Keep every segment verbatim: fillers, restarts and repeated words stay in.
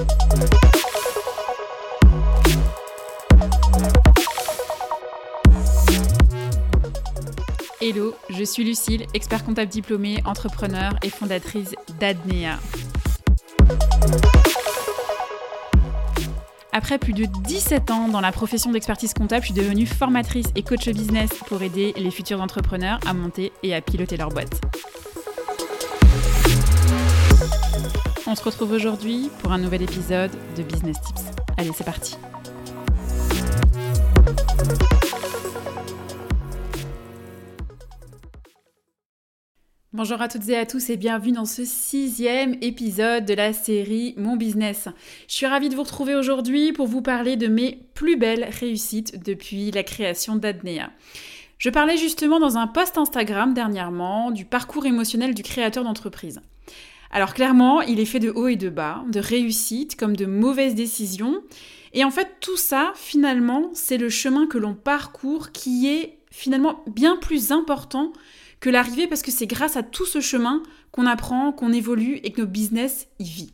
Hello, je suis Lucille, expert comptable diplômée, entrepreneur et fondatrice d'Adnea. Après plus de dix-sept ans dans la profession d'expertise comptable, je suis devenue formatrice et coach business pour aider les futurs entrepreneurs à monter et à piloter leur boîte. On se retrouve aujourd'hui pour un nouvel épisode de Business Tips. Allez, c'est parti. Bonjour à toutes et à tous et bienvenue dans ce sixième épisode de la série Mon Business. Je suis ravie de vous retrouver aujourd'hui pour vous parler de mes plus belles réussites depuis la création d'Adnea. Je parlais justement dans un post Instagram dernièrement du parcours émotionnel du créateur d'entreprise. Alors clairement, il est fait de haut et de bas, de réussites comme de mauvaises décisions. Et en fait, tout ça, finalement, c'est le chemin que l'on parcourt qui est finalement bien plus important que l'arrivée, parce que c'est grâce à tout ce chemin qu'on apprend, qu'on évolue et que notre business y vit.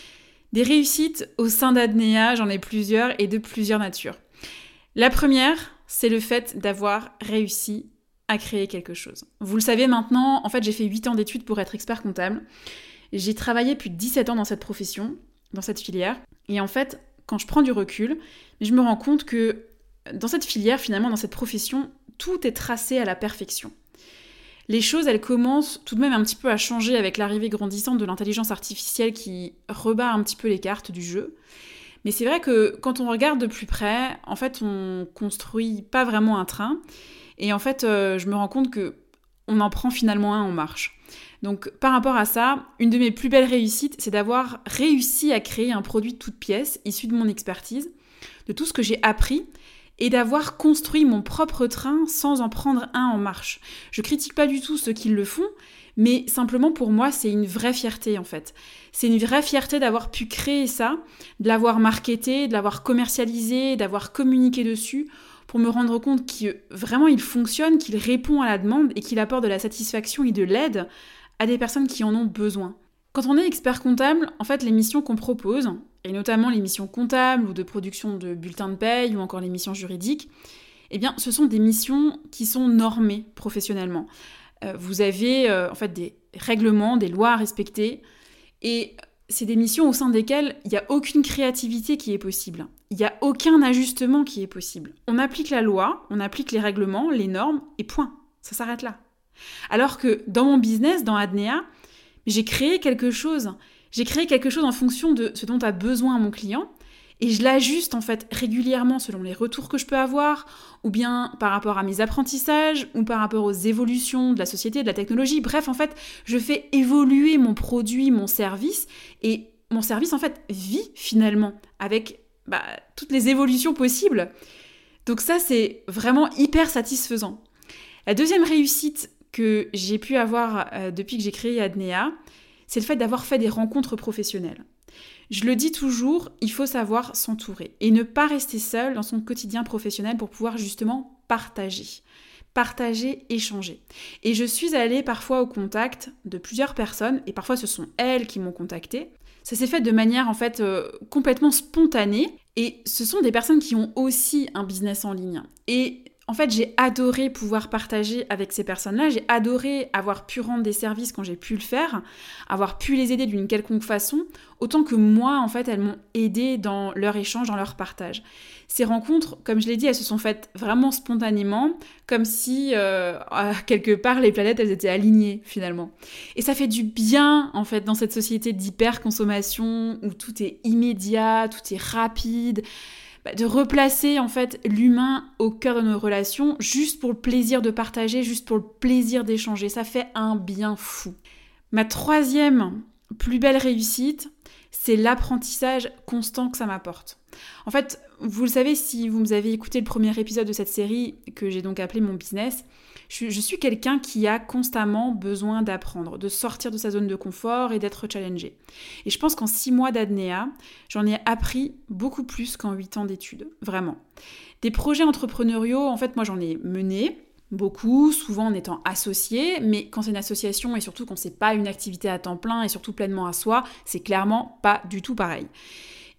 Des réussites au sein d'Adnea, j'en ai plusieurs et de plusieurs natures. La première, c'est le fait d'avoir réussi à créer quelque chose. Vous le savez maintenant, en fait, j'ai fait huit ans d'études pour être expert comptable. J'ai travaillé plus de dix-sept ans dans cette profession, dans cette filière. Et en fait, quand je prends du recul, je me rends compte que dans cette filière, finalement, dans cette profession, tout est tracé à la perfection. Les choses, elles commencent tout de même un petit peu à changer avec l'arrivée grandissante de l'intelligence artificielle qui rebat un petit peu les cartes du jeu. Mais c'est vrai que quand on regarde de plus près, en fait, on construit pas vraiment un train. Et en fait, euh, je me rends compte qu'on en prend finalement un en marche. Donc, par rapport à ça, une de mes plus belles réussites, c'est d'avoir réussi à créer un produit de toute pièce, issu de mon expertise, de tout ce que j'ai appris, et d'avoir construit mon propre train sans en prendre un en marche. Je critique pas du tout ceux qui le font, mais simplement pour moi, c'est une vraie fierté en fait. C'est une vraie fierté d'avoir pu créer ça, de l'avoir marketé, de l'avoir commercialisé, d'avoir communiqué dessus, pour me rendre compte que vraiment il fonctionne, qu'il répond à la demande et qu'il apporte de la satisfaction et de l'aide à des personnes qui en ont besoin. Quand on est expert comptable, en fait, les missions qu'on propose, et notamment les missions comptables ou de production de bulletins de paye ou encore les missions juridiques, eh bien, ce sont des missions qui sont normées professionnellement. Euh, vous avez euh, en fait des règlements, des lois à respecter, et c'est des missions au sein desquelles il n'y a aucune créativité qui est possible. Il n'y a aucun ajustement qui est possible. On applique la loi, on applique les règlements, les normes, et point. Ça s'arrête là. Alors que dans mon business, dans Adnea, j'ai créé quelque chose. J'ai créé quelque chose en fonction de ce dont a besoin mon client et je l'ajuste en fait régulièrement selon les retours que je peux avoir ou bien par rapport à mes apprentissages ou par rapport aux évolutions de la société, de la technologie. Bref, en fait, je fais évoluer mon produit, mon service et mon service en fait vit finalement avec bah, toutes les évolutions possibles. Donc ça, c'est vraiment hyper satisfaisant. La deuxième réussite que j'ai pu avoir euh, depuis que j'ai créé Adnea, c'est le fait d'avoir fait des rencontres professionnelles. Je le dis toujours, il faut savoir s'entourer et ne pas rester seul dans son quotidien professionnel pour pouvoir justement partager. Partager, échanger. Et je suis allée parfois au contact de plusieurs personnes, et parfois ce sont elles qui m'ont contactée. Ça s'est fait de manière en fait euh, complètement spontanée, et ce sont des personnes qui ont aussi un business en ligne. Et en fait, j'ai adoré pouvoir partager avec ces personnes-là, j'ai adoré avoir pu rendre des services quand j'ai pu le faire, avoir pu les aider d'une quelconque façon, autant que moi, en fait, elles m'ont aidé dans leur échange, dans leur partage. Ces rencontres, comme je l'ai dit, elles se sont faites vraiment spontanément, comme si, euh, quelque part, les planètes, elles étaient alignées, finalement. Et ça fait du bien, en fait, dans cette société d'hyper-consommation, où tout est immédiat, tout est rapide, de replacer en fait l'humain au cœur de nos relations juste pour le plaisir de partager, juste pour le plaisir d'échanger. Ça fait un bien fou. Ma troisième plus belle réussite, c'est l'apprentissage constant que ça m'apporte. En fait, vous le savez, si vous avez écouté le premier épisode de cette série que j'ai donc appelé Mon Business, je, je suis quelqu'un qui a constamment besoin d'apprendre, de sortir de sa zone de confort et d'être challengé. Et je pense qu'en six mois d'Adnea, j'en ai appris beaucoup plus qu'en huit ans d'études, vraiment. Des projets entrepreneuriaux, en fait, moi j'en ai mené, beaucoup, souvent en étant associé, mais quand c'est une association et surtout quand c'est pas une activité à temps plein et surtout pleinement à soi, c'est clairement pas du tout pareil.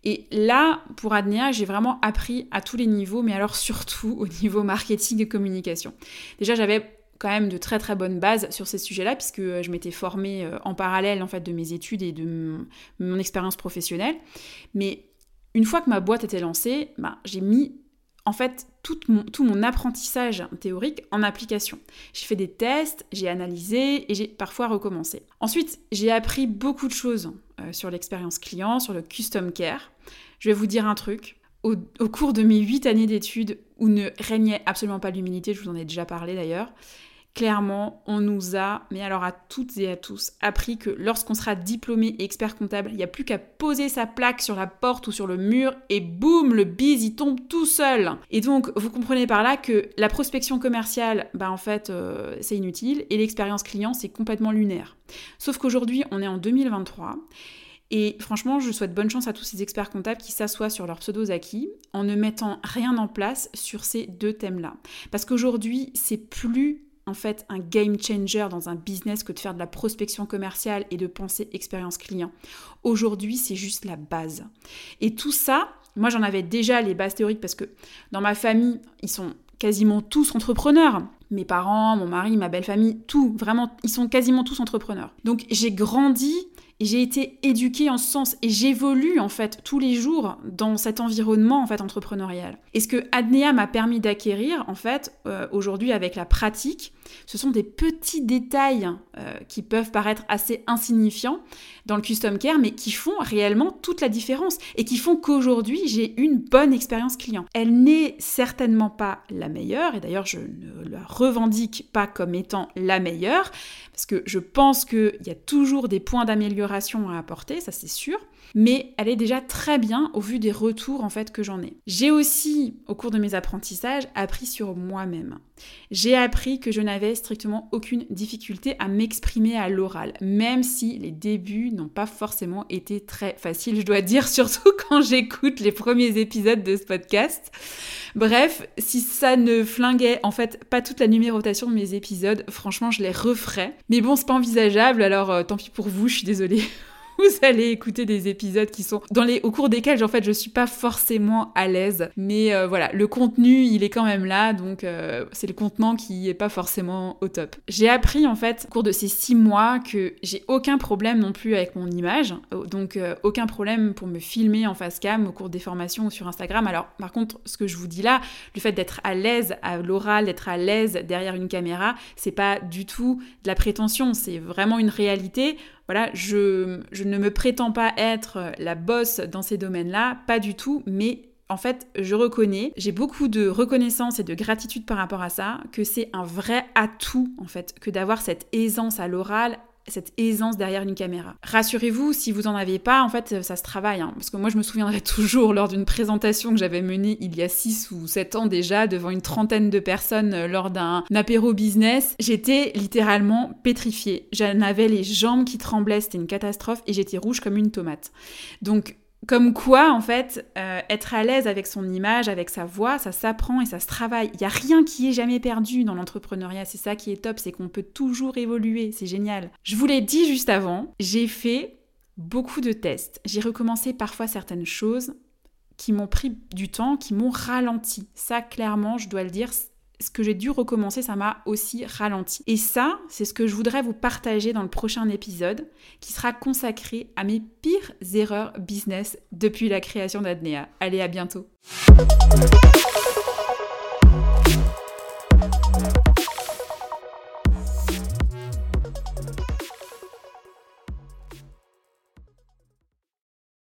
Et là, pour Adnea, j'ai vraiment appris à tous les niveaux, mais alors surtout au niveau marketing et communication. Déjà, j'avais quand même de très très bonnes bases sur ces sujets-là, puisque je m'étais formée en parallèle en fait, de mes études et de mon, mon expérience professionnelle. Mais une fois que ma boîte était lancée, bah, j'ai mis en fait tout mon, tout mon apprentissage théorique en application. J'ai fait des tests, j'ai analysé et j'ai parfois recommencé. Ensuite, j'ai appris beaucoup de choses euh, sur l'expérience client, sur le custom care. Je vais vous dire un truc. Au, au cours de mes huit années d'études où ne régnait absolument pas l'humilité, je vous en ai déjà parlé d'ailleurs, clairement, on nous a, mais alors à toutes et à tous, appris que lorsqu'on sera diplômé et expert comptable, il n'y a plus qu'à poser sa plaque sur la porte ou sur le mur et boum, le bise, il tombe tout seul. Et donc, vous comprenez par là que la prospection commerciale, bah en fait, euh, c'est inutile et l'expérience client, c'est complètement lunaire. Sauf qu'aujourd'hui, on est en deux mille vingt-trois et franchement, je souhaite bonne chance à tous ces experts comptables qui s'assoient sur leurs pseudos acquis en ne mettant rien en place sur ces deux thèmes-là. Parce qu'aujourd'hui, c'est plus en fait un game changer dans un business que de faire de la prospection commerciale et de penser expérience client. Aujourd'hui, c'est juste la base. Et tout ça, moi j'en avais déjà les bases théoriques parce que dans ma famille, ils sont quasiment tous entrepreneurs. Mes parents, mon mari, ma belle famille, tout, vraiment, ils sont quasiment tous entrepreneurs. Donc j'ai grandi et j'ai été éduquée en ce sens et j'évolue en fait tous les jours dans cet environnement en fait entrepreneurial. Et ce que Adnea m'a permis d'acquérir en fait euh, aujourd'hui avec la pratique, ce sont des petits détails euh, qui peuvent paraître assez insignifiants dans le custom care, mais qui font réellement toute la différence et qui font qu'aujourd'hui j'ai une bonne expérience client. Elle n'est certainement pas la meilleure et d'ailleurs je ne la revendique pas comme étant la meilleure parce que je pense qu'il y a toujours des points d'amélioration à apporter, ça c'est sûr, mais elle est déjà très bien au vu des retours en fait que j'en ai. J'ai aussi, au cours de mes apprentissages, appris sur moi-même. J'ai appris que je n'avais strictement aucune difficulté à m'exprimer à l'oral, même si les débuts n'ont pas forcément été très faciles, je dois dire, surtout quand j'écoute les premiers épisodes de ce podcast. Bref, si ça ne flinguait en fait pas toute la numérotation de mes épisodes, franchement je les referais. Mais bon, c'est pas envisageable, alors euh, tant pis pour vous, je suis désolée. Vous allez écouter des épisodes qui sont dans les, au cours desquels en fait je suis pas forcément à l'aise, mais euh, voilà, le contenu il est quand même là, donc euh, c'est le contenant qui est pas forcément au top. J'ai appris en fait au cours de ces six mois que j'ai aucun problème non plus avec mon image, donc euh, aucun problème pour me filmer en face cam au cours des formations ou sur Instagram. Alors par contre, ce que je vous dis là, le fait d'être à l'aise à l'oral, d'être à l'aise derrière une caméra, c'est pas du tout de la prétention, c'est vraiment une réalité. Voilà, je, je ne me prétends pas être la boss dans ces domaines-là, pas du tout, mais en fait, je reconnais, j'ai beaucoup de reconnaissance et de gratitude par rapport à ça, que c'est un vrai atout, en fait, que d'avoir cette aisance à l'oral, cette aisance derrière une caméra. Rassurez-vous, si vous en avez pas, en fait, ça se travaille, hein, parce que moi, je me souviendrai toujours lors d'une présentation que j'avais menée il y a six ou sept ans déjà, devant une trentaine de personnes lors d'un apéro business, j'étais littéralement pétrifiée. J'en avais les jambes qui tremblaient, c'était une catastrophe, et j'étais rouge comme une tomate. Donc, comme quoi, en fait, euh, être à l'aise avec son image, avec sa voix, ça s'apprend et ça se travaille. Il n'y a rien qui est jamais perdu dans l'entrepreneuriat. C'est ça qui est top, c'est qu'on peut toujours évoluer. C'est génial. Je vous l'ai dit juste avant, j'ai fait beaucoup de tests. J'ai recommencé parfois certaines choses qui m'ont pris du temps, qui m'ont ralenti. Ça, clairement, je dois le dire, ce que j'ai dû recommencer, ça m'a aussi ralenti. Et ça, c'est ce que je voudrais vous partager dans le prochain épisode, qui sera consacré à mes pires erreurs business depuis la création d'Adnea. Allez, à bientôt.